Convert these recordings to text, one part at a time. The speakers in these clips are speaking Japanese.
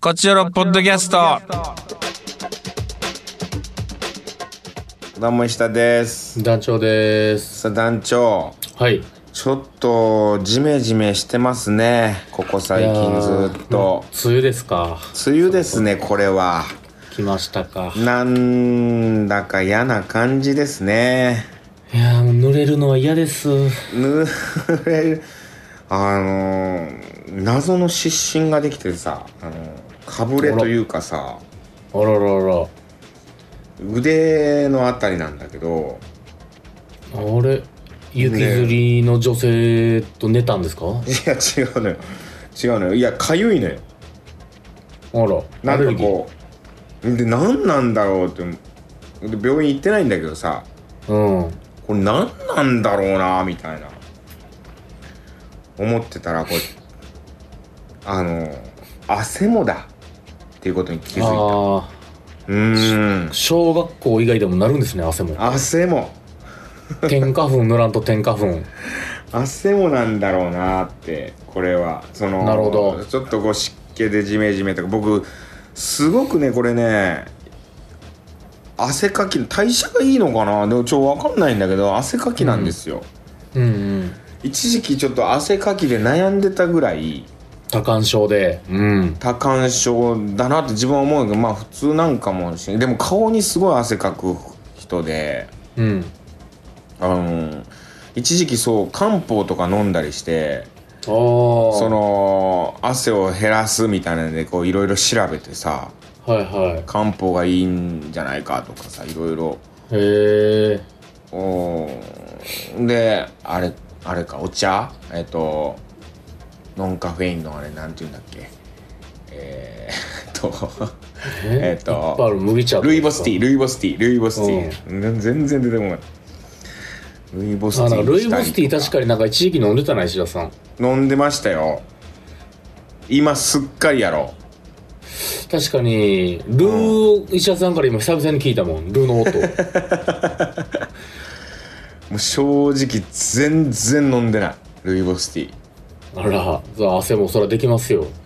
こちらのポッドキャスト。 どうも石田です。 団長です。 さあ団長、 はい。 ちょっとジメジメしてますね、ここ最近ずっと。 梅雨ですか。 梅雨ですね、これは。 来ましたか。 なんだか嫌な感じですね。 いやー、濡れるのは嫌です。 濡れる。謎の湿疹ができてさ、かぶれというかさ、 あららら。 腕のあたりなんだけど。 あれ、雪吊りの女性と寝たんですか？ いや違うのよ、違うのよ。いやかゆいのよ。 あら、 なんかこうで、何なんだろうって。で病院行ってないんだけどさ、 うん。 これ何なんだろうなみたいな思ってたら、これ汗もだっていうことに気づいた。 小学校以外でもなるんですね、汗も。 汗も天花粉塗らんと天花粉。 汗もなんだろうなって。これはなるほど。 ちょっとこう湿気でジメジメとか、僕すごくね、これね、汗かき、代謝がいいのかな、でも分かんないんだけど、汗かきなんですよ。 うんうん。 一時期ちょっと汗かきで悩んでたぐらい。 多汗症で、 多汗症だなって自分は思うけど、まあ普通なんかもしれない。でも顔にすごい汗かく人で、一時期そう漢方とか飲んだりして、その汗を減らすみたいなのでこういろいろ調べてさ、 はいはい、 漢方がいいんじゃないかとかさ、いろいろ。 へえ。であれか、お茶、ノンカフェインのあれなんていうんだっけ、 いっぱいある麦茶。 ルイボスティー、全然出てこない。ルイボスティー、 ルイボスティー確かになんか一時期飲んでたな、石田さん。 飲んでましたよ。今すっかりやろ。 確かにルーを石田さんから今久々に聞いたもん、ルーの音。 もう正直全然飲んでない、ルイボスティー。 あら、汗もそらできますよ。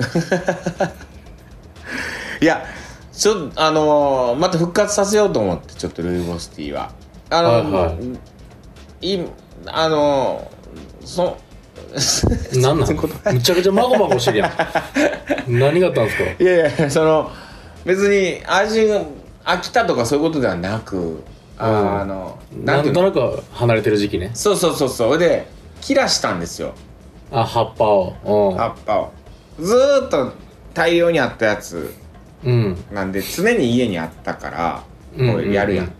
いや、また復活させようと思って、ちょっとルイボスティーはなんなんむちゃくちゃまごまごしてるやん。何があったんですか？ いやいや、別に味が飽きたとかそういうことではなく、 なんとなく離れてる時期ね。 そうそれで切らしたんですよ。 葉っぱをずーっと大量にあったやつなんで、常に家にあったからこうやるやん。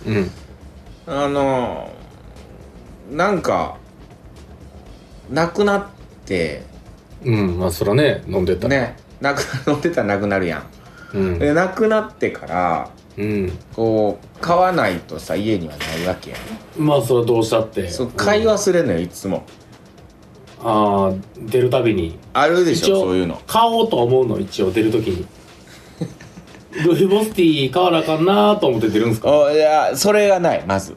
なんかなくなって、 まあそらね、飲んでたね、飲んでたらなくなるやん。でなくなってから、こう買わないとさ、家にはないわけやん。 まあそれはどうしたって、 買い忘れんのよ、いつも。 出るたびにあるでしょ、そういうの。 買おうと思うの、一応出るときに。ルイボスティー買わなあかんなと思って出るんですか？ いや、それがない、まず。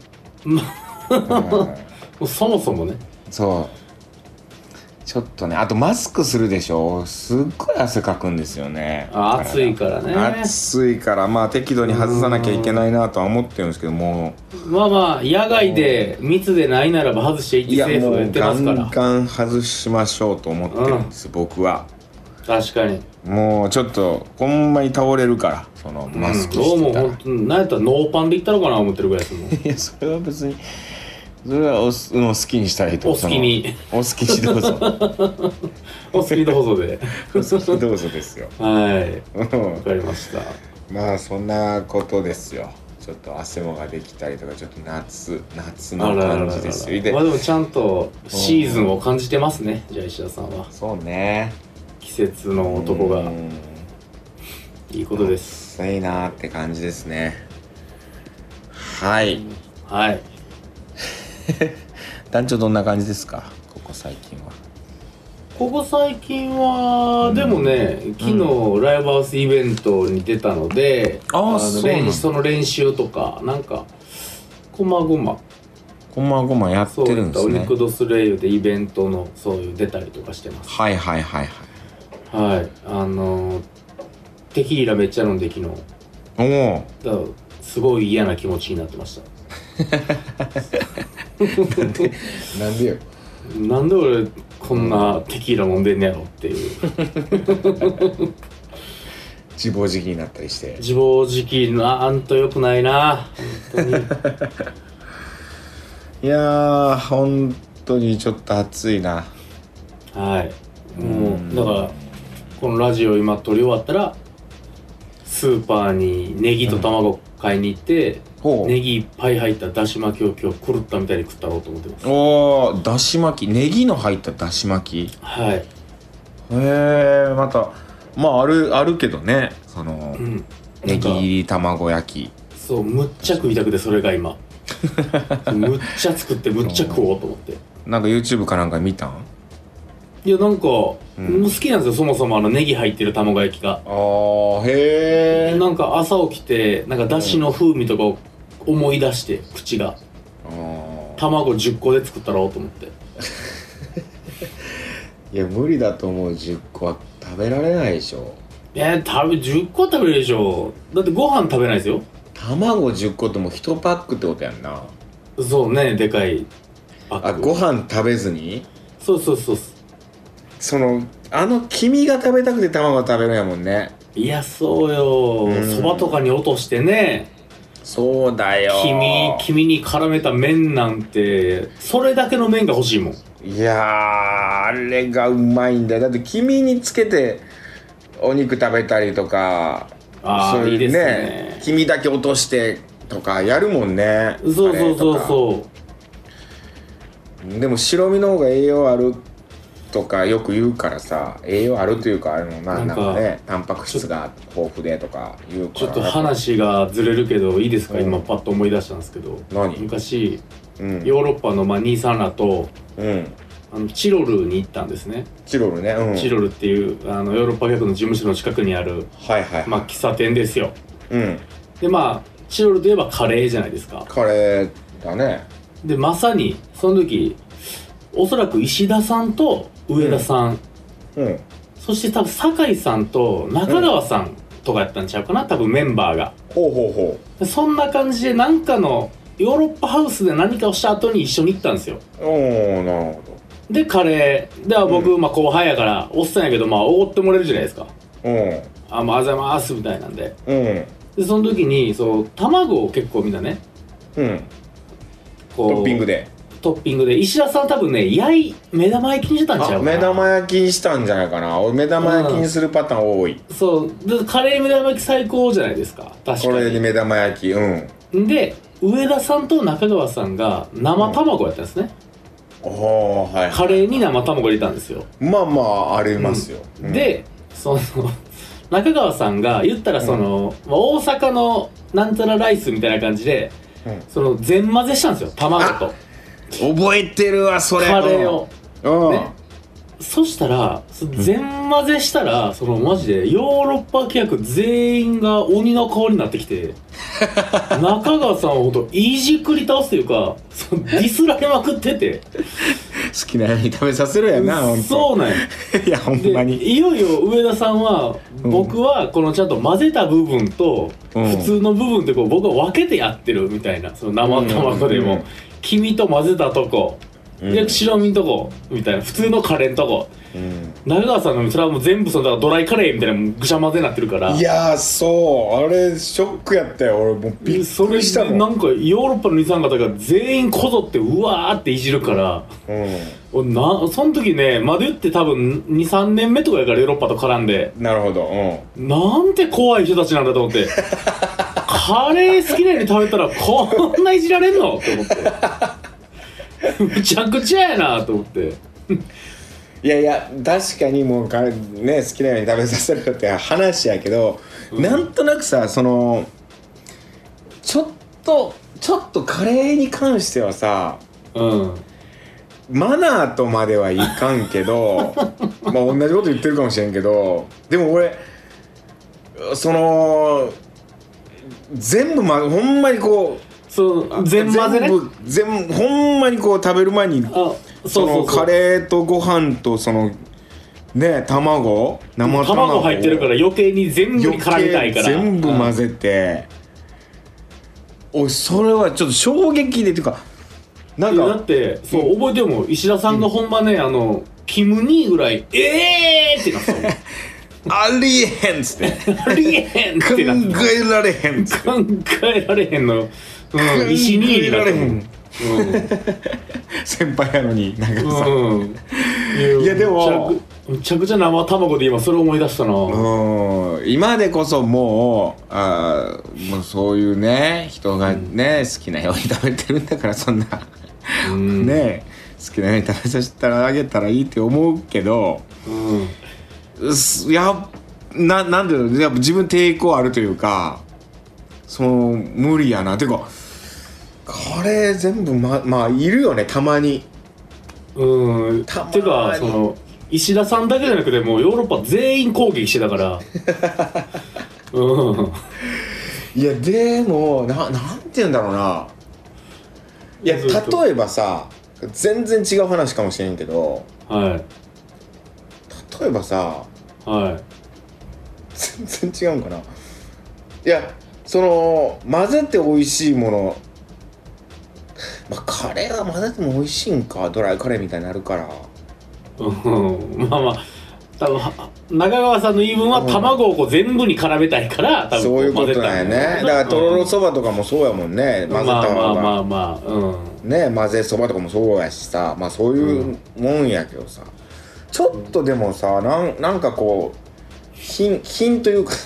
そもそもね。 そうちょっとね、あとマスクするでしょ、すっごい汗かくんですよね。 暑いからね。 暑いから、まあ適度に外さなきゃいけないなとは思ってるんですけども、 まあ野外で密でないならば外していって政府が言ってますから、 ガンガン外しましょうと思ってるんです、僕は。 確かにもうちょっとほんまに倒れるから、そのマスクしてたら。 どうも何やったらノーパンでいったのかな思ってるぐらいですもん。 いや、それは別に、それは好きにしたいと。 お好きにどうぞ。 お好きにどうぞで。 お好きどうぞですよ。 はい、わかりました。 まあそんなことですよ。ちょっと汗もができたりとか、ちょっと夏の感じですよ。 まあでもちゃんとシーズンを感じてますね、じゃあ石田さんは。 そうね、 季節の男がいいことです。 暑いなって感じですね。はい。団長どんな感じですか、ここ最近は。 ここ最近は、でもね、昨日ライブハウスイベントに出たので、その練習とかなんかこまごまやってるんですね。 そういったオリクドスレイユでイベントのそういう出たりとかしてます。 はい。 テキーラめっちゃ飲んで昨日。 おお。 だからすごい嫌な気持ちになってました。 なんでよ。 なんで俺こんなテキーラ飲んでんねやろっていう。 自暴自棄になったりして。 自暴自棄なんと良くないな本当に。 いやー本当にちょっと暑いな。 はい。もうだからこのラジオ今撮り終わったらスーパーにネギと卵買いに行って、ネギいっぱい入っただし巻きを今日狂ったみたいに食ったろうと思ってます。 おー、だし巻き、ネギの入っただし巻き。 はい。 へえ、またまああるけどね、その、ネギ卵焼き。 そう、むっちゃ食いたくてそれが今。むっちゃ作ってむっちゃ食おうと思って。 なんか YouTube かなんか見たん？ いやなんか、好きなんですよそもそもネギ入ってる卵焼きが。 あー、へえ。 なんか朝起きてなんかだしの風味とかを思い出して口が、卵10個で作ったろうと思って。 いや無理だと思う。10個は食べられないでしょ。 10個食べれるでしょ。だってご飯食べないですよ。 卵10個ってもう1パックってことやんな。 そうね、でかいパック。 ご飯食べずに？ そうその黄身が食べたくて卵食べるんやもんね。 いやそうよ、そばとかに落としてね。 そうだよ。 黄身に絡めた麺なんてそれだけの麺が欲しいもん。 いやーあれがうまいんだよ。だって黄身につけてお肉食べたりとか、 そういうね、いいですね。 黄身だけ落としてとかやるもんね。 そうでも白身の方が栄養あるとかよく言うからさ、栄養あるというかなんかね、タンパク質が豊富でとか言うから。 ちょっと話がずれるけどいいですか、今パッと思い出したんですけど、昔、ヨーロッパの兄さんらと、チロルに行ったんですね。 チロルね、 チロルっていうヨーロッパ客の事務所の近くにある、喫茶店ですよ。でチロルといえばカレーじゃないですか。 カレーだね。 でまさにその時おそらく石田さんと上田さん、そして多分酒井さんと中川さんとかやったんちゃうかな、多分メンバーが。そんな感じでなんかのヨーロッパハウスで何かをした後に一緒に行ったんですよ。 なるほど。 でカレーでは僕、後輩やからおっさんやけどおごってもらえるじゃないですか。ありがとうございますみたいなんで、でその時に卵を結構みんなね、 トッピングで石田さん多分ね目玉焼きにしてたんちゃうかな。 目玉焼きにしたんじゃないかな。俺目玉焼きにするパターン多い。 そうでカレー目玉焼き最高じゃないですか。確かに。 これで目玉焼きで上田さんと中川さんが生卵やったんですね。カレーに生卵入れたんですよ。 ありますよ。 で中川さんが言ったら大阪のなんちゃらライスみたいな感じで全混ぜしたんですよ、卵と。 覚えてるわそれ。 カレーをそしたら全混ぜしたらマジでヨーロッパ客全員が鬼の顔になってきて中川さんはほんといじくり倒すというかディスられまくってて好きなように食べさせるやな。ほんとそうなんや。 いやほんまにいよいよ上田さんは、僕はこのちゃんと混ぜた部分と普通の部分って僕は分けてやってるみたいな。生卵でも黄身と混ぜたとこで白身のとこみたいな普通のカレーのとこ、中川さんのそれはもう全部ドライカレーみたいなぐしゃ混ぜになってるから。 いやそうあれショックやったよ。俺もうびっくりしたもん。 なんかヨーロッパの兄さん方が全員こぞってうわーっていじるから、その時ねまだ言って多分 2,3 年目とかやからヨーロッパと絡んで。 なるほど。 なんて怖い人たちなんだと思ってカレー好きなように食べたらこんないじられんのって思ってむちゃくちゃやなと思っていや確かにもう好きなように食べさせるって話やけど、なんとなくさちょっとカレーに関してはさ、マナーとまではいかんけど同じこと言ってるかもしれんけど、でも俺全部ほんまに全混ぜね。 ほんまに食べる前にカレーとご飯とね、生卵入ってるから余計に全部に絡めたいから全部混ぜて、おいそれはちょっと衝撃でっていうかなんかだってそう覚えてるもん、石田さんがほんまねキム兄ぐらいってなったもんありえへんっつってありえへんってなった考えられへんっつって考えられへんの、石兄になったもん先輩やのになんかさ、 いやでもめちゃくちゃ生卵で今それ思い出したな。 今でこそもうそういうね人がね、好きなように食べてるんだからそんなね好きなように食べさせたらあげたらいいって思うけど、なんでやっぱ自分抵抗あるというか無理やなていうかこれ全部まあいるよねたまに。 たまにてか石田さんだけじゃなくてもうヨーロッパ全員攻撃してたからいやでもなんて言うんだろうな。いや例えばさ全然違う話かもしれんけど、例えばさ、全然違うんかな。いや混ぜて美味しいもの、カレーは混ぜても美味しいんか、ドライカレーみたいになるから。 まあ多分中川さんの言い分は卵を全部に絡めたいから多分そういうことなんやね。だからとろろそばとかもそうやもんね。混ぜた方がね、混ぜそばとかもそうやしさ、そういうもんやけどさ、ちょっとでもさなんかこう品というか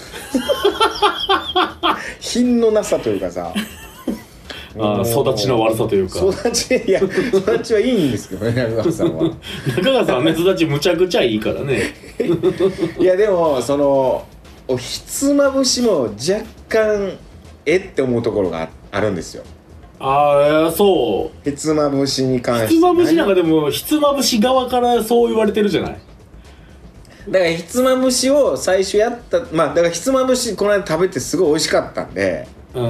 品のなさというかさ育ちの悪さというか育ちはいいんですけどね中川さんは中川さんはね育ちむちゃくちゃいいからねいやでもひつまぶしも若干って思うところがあるんですよ。 そうひつまぶしに関してひつまぶしなんかでもひつまぶし側からそう言われてるじゃない。 だからひつまぶしを最初やっただからひつまぶしこの間食べてすごい美味しかったんで、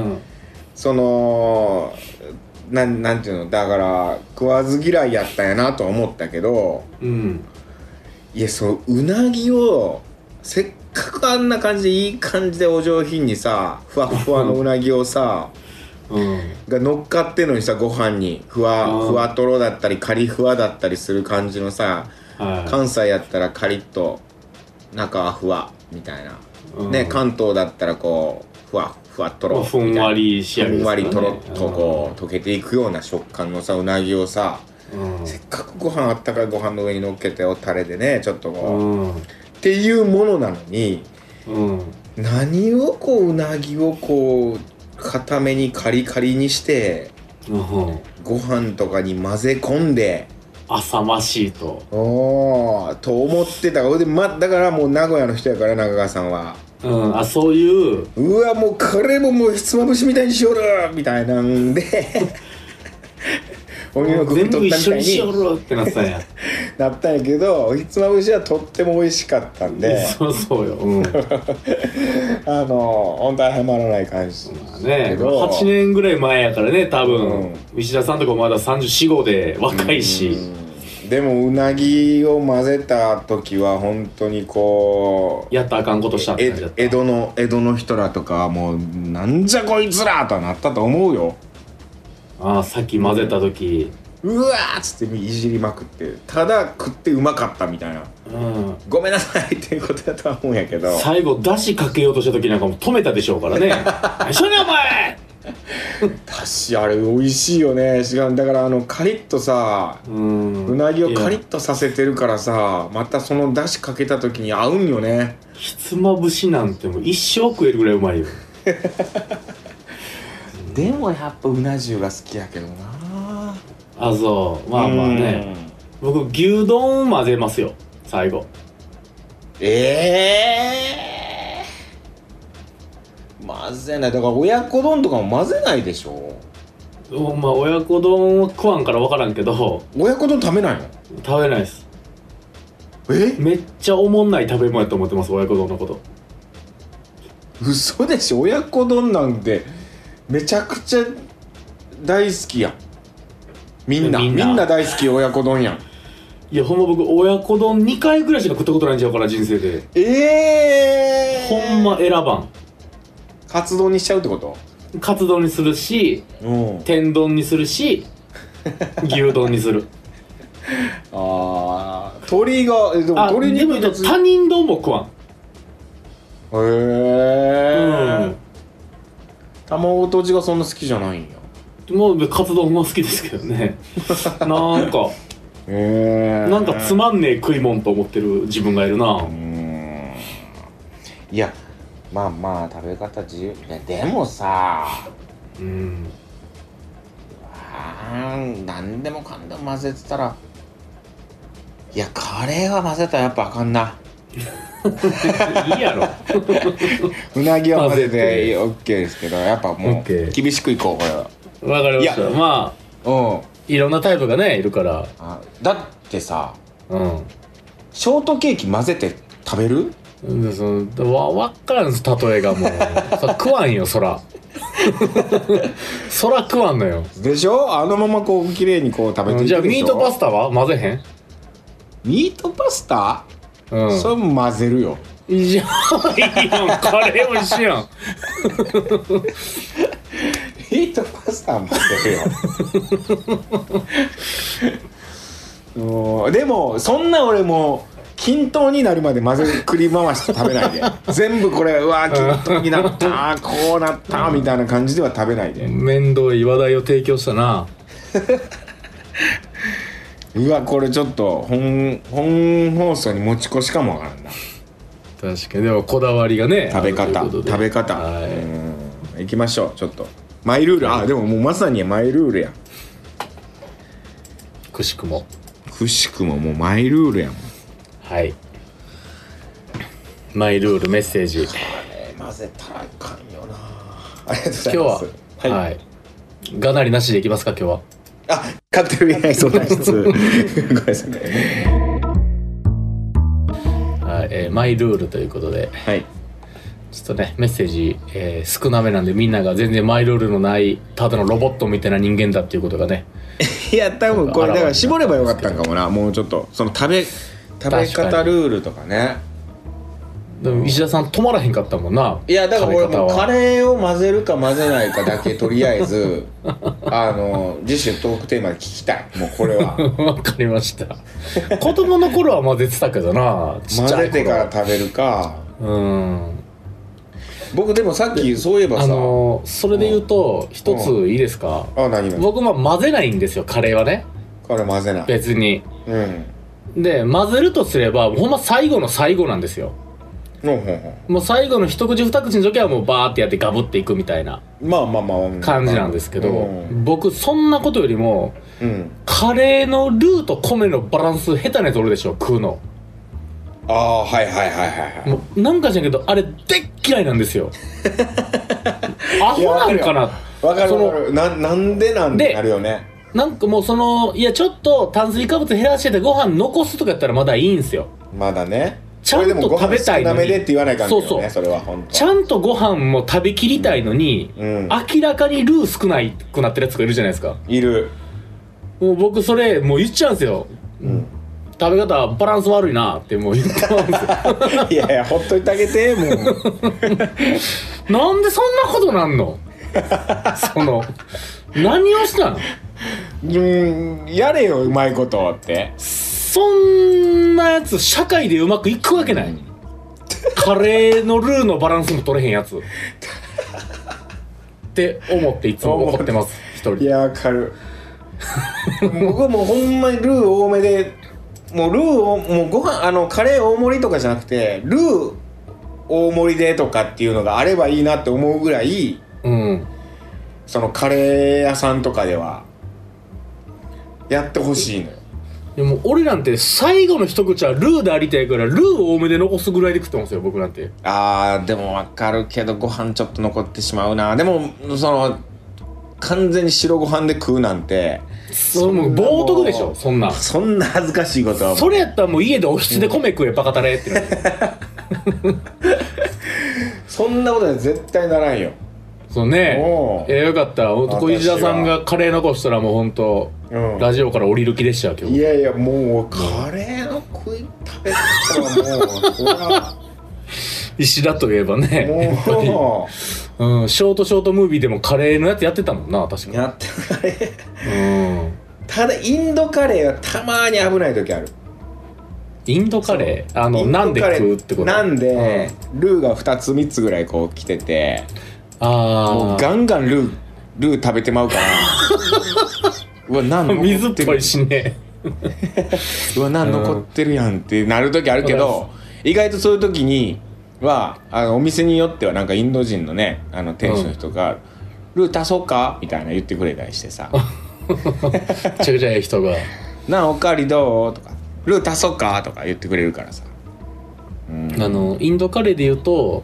なんていうのだから食わず嫌いやったんやなとは思ったけど、いやうなぎをせっかくあんな感じでいい感じでお上品にさふわふわのうなぎをさが乗っかってんのにさご飯にふわとろだったりカリふわだったりする感じのさ、関西やったらカリッと中はふわみたいな、ね関東だったらこうふわっとろふんわり仕上げですね。 ふんわりとろっとこう溶けていくような食感のさうなぎをさ、せっかくご飯あったかいご飯の上に乗っけておタレでねちょっとこう、っていうものなのに、何をこううなぎをこう固めにカリカリにして、ご飯とかに混ぜ込んで浅ましいと思ってたで、だからもう名古屋の人やから中川さんは。 そういううわもうカレーももうひつまぶしみたいにしよるみたいなんで鬼の首取ったみたいに全部一緒にしよるってなったんやなったんやけどひつまぶしはとっても美味しかったんでそうよ、 本当ははまらない感じね。8年ぐらい前やからね多分、石田さんとかまだ34、5で若いし、 でもうなぎを混ぜた時は本当にこうやったらあかんことしたって感じだった。 江戸の人らとかはもうなんじゃこいつらとはなったと思うよ。 さっき混ぜた時、 うわーっつっていじりまくってただ食ってうまかったみたいな、ごめんなさいっていうことだとは思うんやけど最後出汁かけようとした時なんかもう止めたでしょうからね一緒にお前だしあれ美味しいよね。だからカリッとさうなぎをカリッとさせてるからさまたそのだしかけた時に合うんよね。 ひつまぶしなんてもう一生食えるぐらいうまいよでもやっぱうな重が好きやけどな。 そうまあね、僕牛丼混ぜますよ最後。 混ぜない。だから親子丼とかも混ぜないでしょ。 親子丼は食わんから分からんけど。 親子丼食べないの？ 食べないです。めっちゃおもんない食べ物やと思ってます親子丼のこと。 嘘でしょ。親子丼なんてめちゃくちゃ大好きやん。みんな大好き親子丼やん。 いやほんま僕親子丼2回ぐらいしか食ったことないんちゃうから人生で。ほんま選ばん。 カツ丼にしちゃうってこと？ カツ丼にするし、天丼にするし牛丼にする。 ああ、鶏がでも鶏肉でも他人丼も食わん。 へえ、卵とじがそんな好きじゃないんや。 もうカツ丼も好きですけどねなんかなんかつまんねえ食いもんと思ってる自分がいるな。 いやまあまあ食べ方自由。でもさ、何でもかんでも混ぜてたら、いやカレーは混ぜたらやっぱあかんな。 いいやろうなぎは混ぜて OK ですけど、やっぱもう厳しくいこうこれは。 わかりました。まあいろんなタイプがねいるから。 だってさ、ショートケーキ混ぜて食べる？ わっからんです例えがもう食わんよそらそら食わんのよ。 でしょ？あのままこう綺麗にこう食べていくでしょ。 じゃあミートパスタは混ぜへん？ ミートパスタ？それも混ぜるよ。 いいじゃんいいやんカレーも一緒やんミートパスタは混ぜるよでもそんな俺もう均等になるまで混ぜくり回して食べないで全部これうわ均等になったこうなったみたいな感じでは食べないで。 面倒い話題を提供したなうわこれちょっと本放送に持ち越しかもわからんな。 確かに。でもこだわりがね食べ方いきましょう。ちょっとマイルール。でももうまさにマイルールやん。 くしくももうマイルールやん。 はい、マイルールメッセージ。 混ぜたらあかんよな。ありがとうございます。 今日ははい、がなりなしでいきますか今日は。 カクテル恋愛相談室ごめんなさいはい、マイルールということで、 はい、 ちょっとねメッセージ、少なめなんでみんなが全然マイルールのないただのロボットみたいな人間だっていうことがねいや多分これだから絞ればよかったんかもな。もうちょっとその食べ方ルールとかね。 でも石田さん止まらへんかったもんな。 いやだから俺もうカレーを混ぜるか混ぜないかだけとりあえず次週トークテーマで聞きたい。もうこれはわかりました子供の頃は混ぜてたけどな。 混ぜてから食べるか。僕でもさっきそういえばさそれで言うと一ついいですか？ 何？僕も混ぜないんですよカレーはね。 カレー混ぜない別に。で混ぜるとすればほんま最後の最後なんですよ。もう最後の一口二口の時はもうバーってやってガブっていくみたいな感じなんですけど、僕そんなことよりも、カレーのルーと米のバランス下手なやつおるでしょ食うの。もうなんかじゃんけどあれでっ嫌いなんですよアホなんかな。 わかるなんでなんてなるよね。 なんかもういやちょっと炭水化物減らしててご飯残すとかやったらまだいいんすよ。 まだね。 ちゃんと食べたいのにでって言わないかんけどね。それは本当ちゃんとご飯も食べきりたいのに、明らかにルー少ないくなってるやつがいるじゃないですか。 いる。 もう僕それもう言っちゃうんですよ。食べ方バランス悪いなってもう言ってますよいやほっといてあげてもうなんでそんなことなんの何をしたの？ やれようまいことって。 そんなやつ社会でうまくいくわけない、カレーのルーのバランスも取れへんやつって思っていつも怒ってます一人。 いやわかる僕もほんまにルー多めでもうルーをもうご飯カレー大盛りとかじゃなくてルー大盛りでとかっていうのがあればいいなって思うぐらい、そのカレー屋さんとかではやってほしいのよ。 でも俺なんて最後の一口はルーでありたいからルー多めで残すぐらいで食ってますよ僕なんて。 でも分かるけどご飯ちょっと残ってしまうな。でも完全に白ご飯で食うなんてもう冒涜でしょ。そんな恥ずかしいことは。 それやったらもう家でおひつで米食えバカタレってそんなことは絶対ならんよ。 そうね。よかった。小石田さんがカレー残したらもうほんとラジオから降りる気でした今日。 いやいやもうカレーの食べ方はもう石田といえばねもう、ショートムービーでもカレーのやつやってたもんな確かに。 やってるカレーただインドカレーはたまに危ない時ある。 インドカレーなんで食うってこと。 なんで、ルーが2つ3つぐらいこう来てて、もうガンガンルー食べてまうからうわ何残ってる水っぽいしねうわ何残ってるやんってなる時あるけど、意外とそういう時にはお店によってはなんかインド人のね店主の人が、ルー足そうかみたいな言ってくれたりしてさめちゃくちゃええ人がなおかわりどうとかルー足そうかとか言ってくれるからさ、 インドカレーで言うと、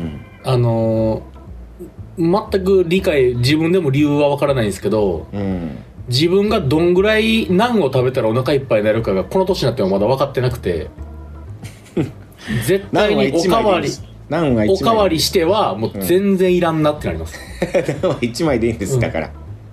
全く自分でも理由は分からないんですけど、自分がどんぐらいナンを食べたらお腹いっぱいになるかがこの年になってもまだ分かってなくて絶対におかわりしてはもう全然いらんなってなります、 1枚でいいんです、だから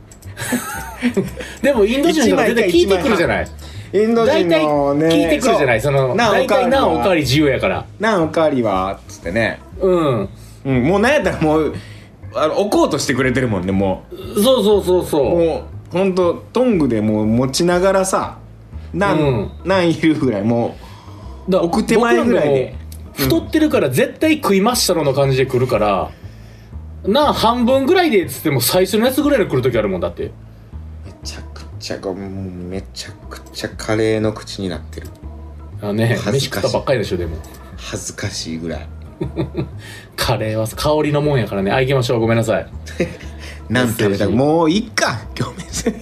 でもインド人の人が絶対聞いてくるじゃない。 インド人のね聞いてくるじゃない。大体ナンおかわり自由やから、 ナンおかわりはっつってね、 もうなんやったらもう置こうとしてくれてるもんね。もうそうもうほんとトングでもう持ちながらさナンいるぐらい、もう置く手前ぐらいで太ってるから絶対食いましたろの感じで来るから、ナン半分ぐらいでっつっても最初のやつぐらいで来る時あるもん。だってめちゃくちゃカレーの口になってる。 飯食ったばっかりでしょ。でも恥ずかしいぐらいカレーは香りのもんやからね。行きましょう。ごめんなさいなん食べたくもういっか今日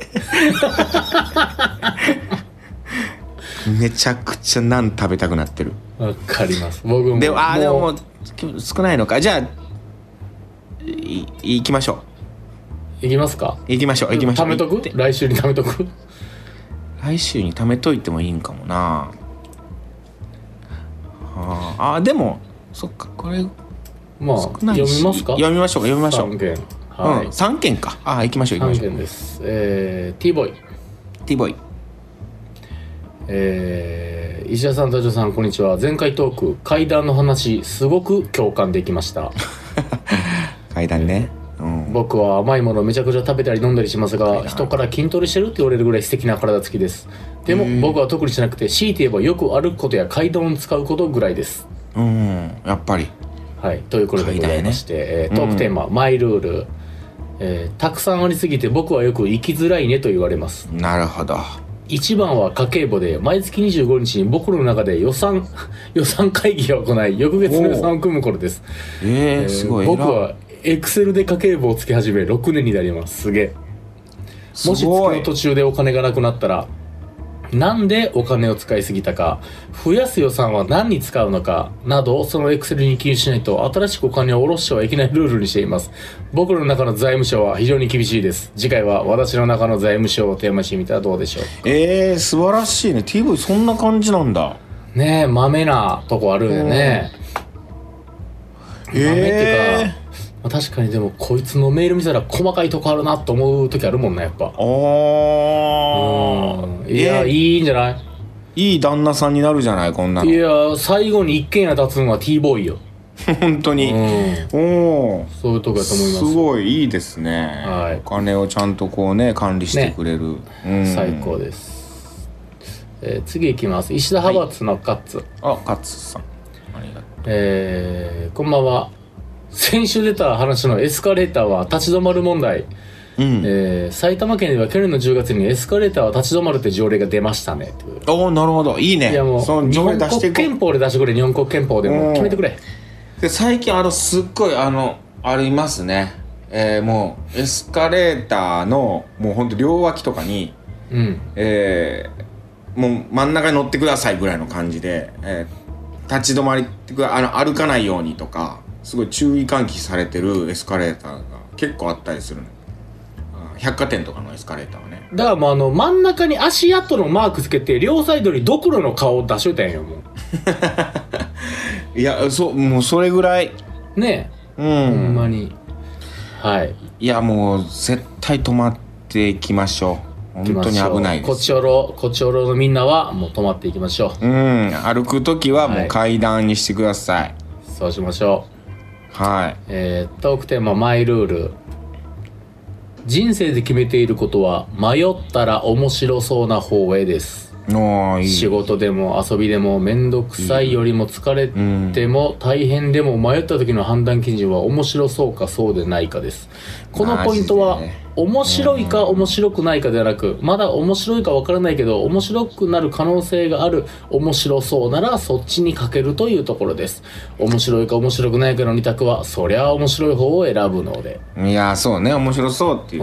めちゃくちゃナン食べたくなってる。 わかります。僕もでももう少ないのか。じゃあ行きましょう。 行きますか。 行きましょう貯めとく。来週に貯めとく。 来週に貯めといてもいいんかもな。でもそっか、これ読みますか。 読みましょう 3件、 3件か。行きましょう 3件です。T ボーイ、石田さん、田城さん、こんにちは。前回トーク階段の話すごく共感できました階段ね、 僕は甘いものをめちゃくちゃ食べたり飲んだりしますが、人から筋トレしてるって言われるぐらい素敵な体つきです。でも僕は特にしなくて、強いて言えばよく歩くことや階段を使うことぐらいです。 やっぱりということでございまして、トークテーマ、マイルール、たくさんありすぎて僕はよく生きづらいねと言われます。 なるほど。 一番は家計簿で毎月25日に僕の中で予算会議を行い、翌月の予算を組む頃です。 すごい。 僕はエクセルで家計簿をつけ始め6年になります。すげえ。もし月の途中でお金がなくなったら、なんでお金を使いすぎたか、増やす予算は何に使うのかなど、そのエクセルに記入しないと新しくお金を下ろしてはいけないルールにしています。僕の中の財務省は非常に厳しいです。次回は私の中の財務省をテーマにしてみたらどうでしょうか。 素晴らしいね。 TV そんな感じなんだね。マメなとこあるよね。マメっていうか、確かに。でもこいつのメール見たら細かいとこあるなと思う時あるもんね、やっぱ。いや、いいんじゃない。 いい旦那さんになるじゃない、こんなの。 いや、最後に一軒家建つのは T ボーイよ本当に。 そういうとこやと思います。 すごいいいですね、お金をちゃんとこうね管理してくれる、 最高です。次いきます。石田派閥のカッツ、 カッツさん、ありがとう。 こんばんは。先週出た話のエスカレーターは立ち止まる問題、埼玉県では去年の10月にエスカレーターは立ち止まるって条例が出ましたね。 なるほど、いいね。 いやもうその日本国憲法で出してくれ。日本国憲法でも決めてくれ。 で最近すっごいありますね。もうエスカレーターのもうほんと両脇とかに、もう真ん中に乗ってくださいぐらいの感じで、立ち止まり歩かないようにとかすごい注意喚起されてるエスカレーターが結構あったりするの。百貨店とかのエスカレーターはね。 だからもう真ん中に足跡のマークつけて両サイドにドクロの顔を出しといたんよもういやもうそれぐらいねえ、ほんまに。 いやもう絶対止まっていきましょう。 本当に危ないです。 コチョロのみんなはもう止まっていきましょう。 歩くときはもう階段にしてください。 そうしましょう。はい。 トークテーママイルール。人生で決めていることは迷ったら面白そうな方へです。 いい。 仕事でも遊びでもめんどくさいよりも疲れても大変でも迷った時の判断基準は面白そうかそうでないかです。このポイントは面白いか面白くないかではなく、まだ面白いかわからないけど面白くなる可能性がある面白そうならそっちにかけるというところです。面白いか面白くないかの2択はそりゃ面白い方を選ぶので。 いやそうね、面白そうっていう、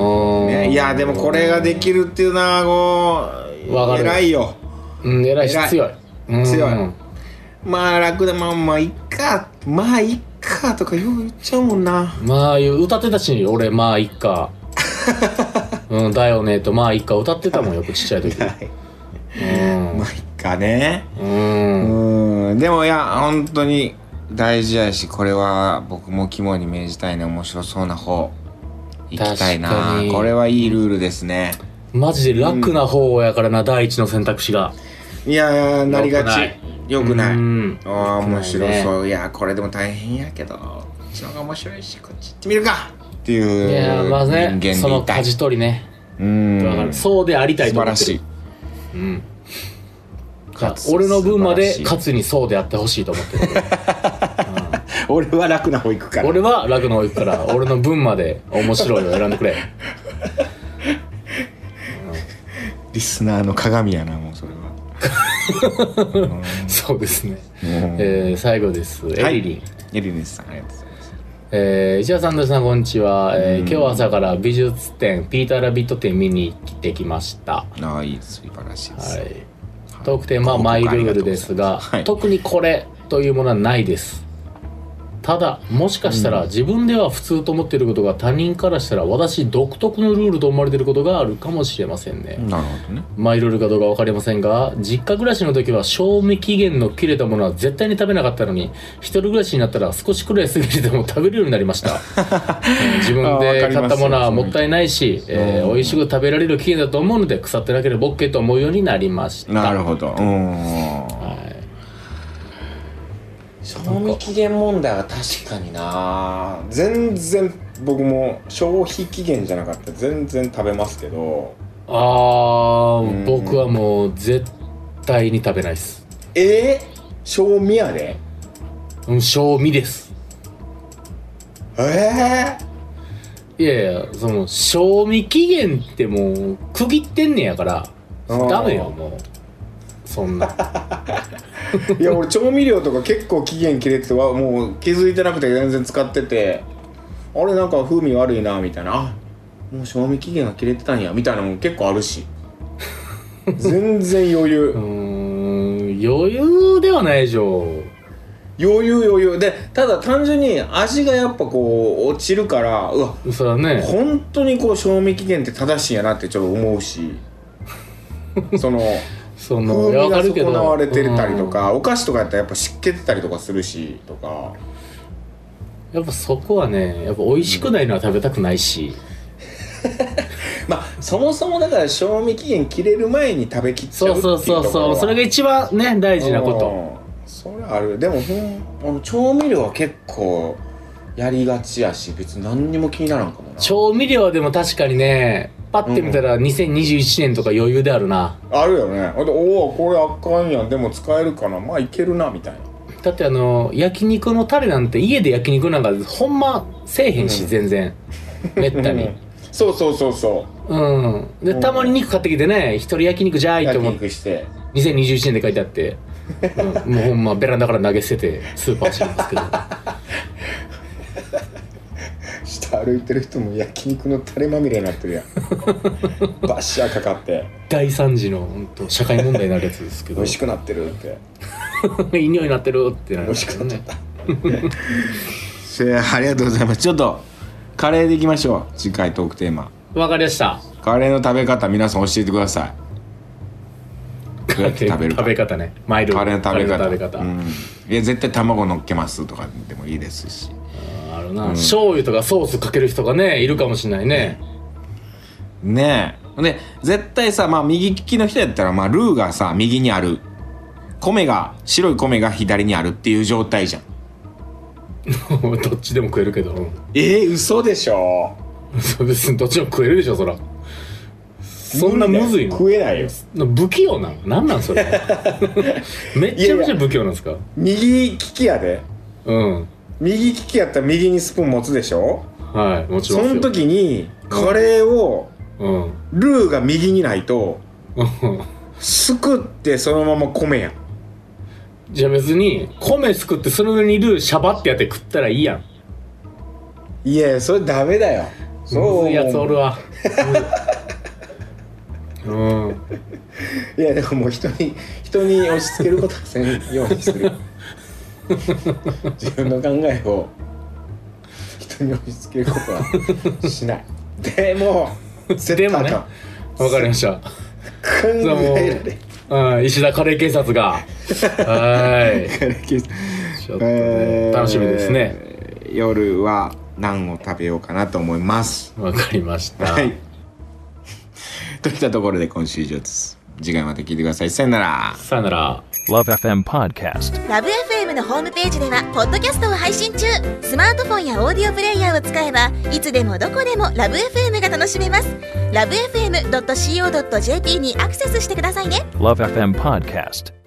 ね、いやでもこれができるっていうのは偉いよ。 偉いし強い。 強い。まあ楽でまあいっかとかよう言っちゃうもんな。 まあ歌ってたし俺まあいっかだよねとまあいっか歌ってたもんよくちっちゃい時。まあいっかね。でもいや本当に大事やし、これは僕も肝に銘じたいね。面白そうな方行きたいな。これはいいルールですね。 マジで楽な方やからな、第一の選択肢が。 いやなりがち。よくない。面白そう。いやこれでも大変やけどこっちの方が面白いしこっち行ってみるかっていういやまあね、人間でいたい。その舵取りね。そうでありたいと思ってる。素晴らしい。俺の分まで勝にそうであってほしいと思ってる。 俺は楽な方行くから。 俺は楽な方行くから俺の分まで面白いを選んでくれ。 リスナーの鏡やなもうそれは。 そうですね。最後です。エリリン。 エリリンさんありがとうございます。 石田さん、どうさんこんにちは。今日朝から美術展ピーターラビット展見に来てきました。 いい素晴らしいです。 トークテーマはマイルールですが、特にこれというものはないです。ただもしかしたら自分では普通と思っていることが他人からしたら私独特のルールと思われていることがあるかもしれませんね。 なるほどね。 マイルールかどうか分かりませんが、実家暮らしの時は賞味期限の切れたものは絶対に食べなかったのに、一人暮らしになったら少しくらい過ぎても食べるようになりました。自分で買ったものはもったいないし、美味しく食べられる期限だと思うので腐ってなければ OK と思うようになりました。 なるほど。賞味期限問題は確かにな。全然僕も消費期限じゃなかったら全然食べますけど、 僕はもう絶対に食べないっす。 賞味やで。 賞味です。 いやいやその賞味期限ってもう区切ってんねやからダメよもうそんな。 いや俺調味料とか結構期限切れててはもう気づいてなくて全然使ってて、あれなんか風味悪いなみたいな、もう賞味期限が切れてたんやみたいなのも結構あるし。全然余裕。 余裕ではないでしょ。 余裕で、ただ単純に味がやっぱこう落ちるから、 そうだね、 本当にこう賞味期限って正しいんやなってちょっと思うし。その風味が損なわれてたりとか、お菓子とかやったらやっぱ湿気てたりとかするしとか、 やっぱそこはねやっぱ美味しくないのは食べたくないし、 まあそもそもだから賞味期限切れる前に食べきっちゃうっていうところはそうそれが一番ね大事なこと。 それある。でも調味料は結構やりがちやし別に何にも気にならんかもな。 調味料でも確かにねパッて見たら2021年とか余裕であるな、 あるよね。おおこれあかんやん、でも使えるかな、まあいけるなみたいな。 だって焼肉のタレなんて家で焼肉なんかほんませえへんし、全然めったに。 そうでたまに肉買ってきてね、一人焼肉じゃーいって思って焼肉して 2021年で書いてあって、もうほんまベランダから投げ捨ててスーパー走りますけど。 下歩いてる人も焼肉のタレまみれになってるやん。バッシャーかかって大惨事の本当社会問題になるやつですけど。 美味しくなってるっていい匂いになってるってなる、 美味しくなっちゃった。ありがとうございます。ちょっとカレーでいきましょう。次回トークテーマ。 わかりました。 カレーの食べ方皆さん教えてください。どうやって食べるか。 食べ方ね。マイルール。 カレーの食べ方。いや絶対卵乗っけますとかでもいいですし。 あるな、醤油とかソースかける人がねいるかもしれないね。 ねえ。 で絶対さ、まあ右利きの人やったら、まあルーがさ右にある、白い米が左にあるっていう状態じゃん。 どっちでも食えるけど。 嘘でしょ。 そうです。どっちも食えるでしょそら。そんなむずいの？ 食えないよ。 不器用なんなんそれ。めちゃめちゃ不器用なんですか？ 右利きやで。右利きやったら右にスプーン持つでしょ。 はい、持ちますよ。 その時にカレーを、ルーが右にないと、すくってそのまま米やん。 じゃあ別に米すくってその上にルーシャバってやって食ったらいいやん。 いやそれダメだよ。 そうむずいやつおるわ。 いやでももう人に押し付けることはせんようにする。自分の考えを人に押し付けることはしない。でもでもね、わかりました。 考えられ石田カレー警察がはいちょっとね、楽しみですね。 夜はナンを食べようかなと思います。 わかりました。 はい。といったところで今週以上です。次回まで聞いてください。さよなら。 さよなら。 LoveFM Podcast。 LoveFM のホームページではポッドキャストを配信中。スマートフォンやオーディオプレイヤーを使えばいつでもどこでも LoveFM が楽しめます。LoveFM.co.jp にアクセスしてくださいね。 LoveFM Podcast。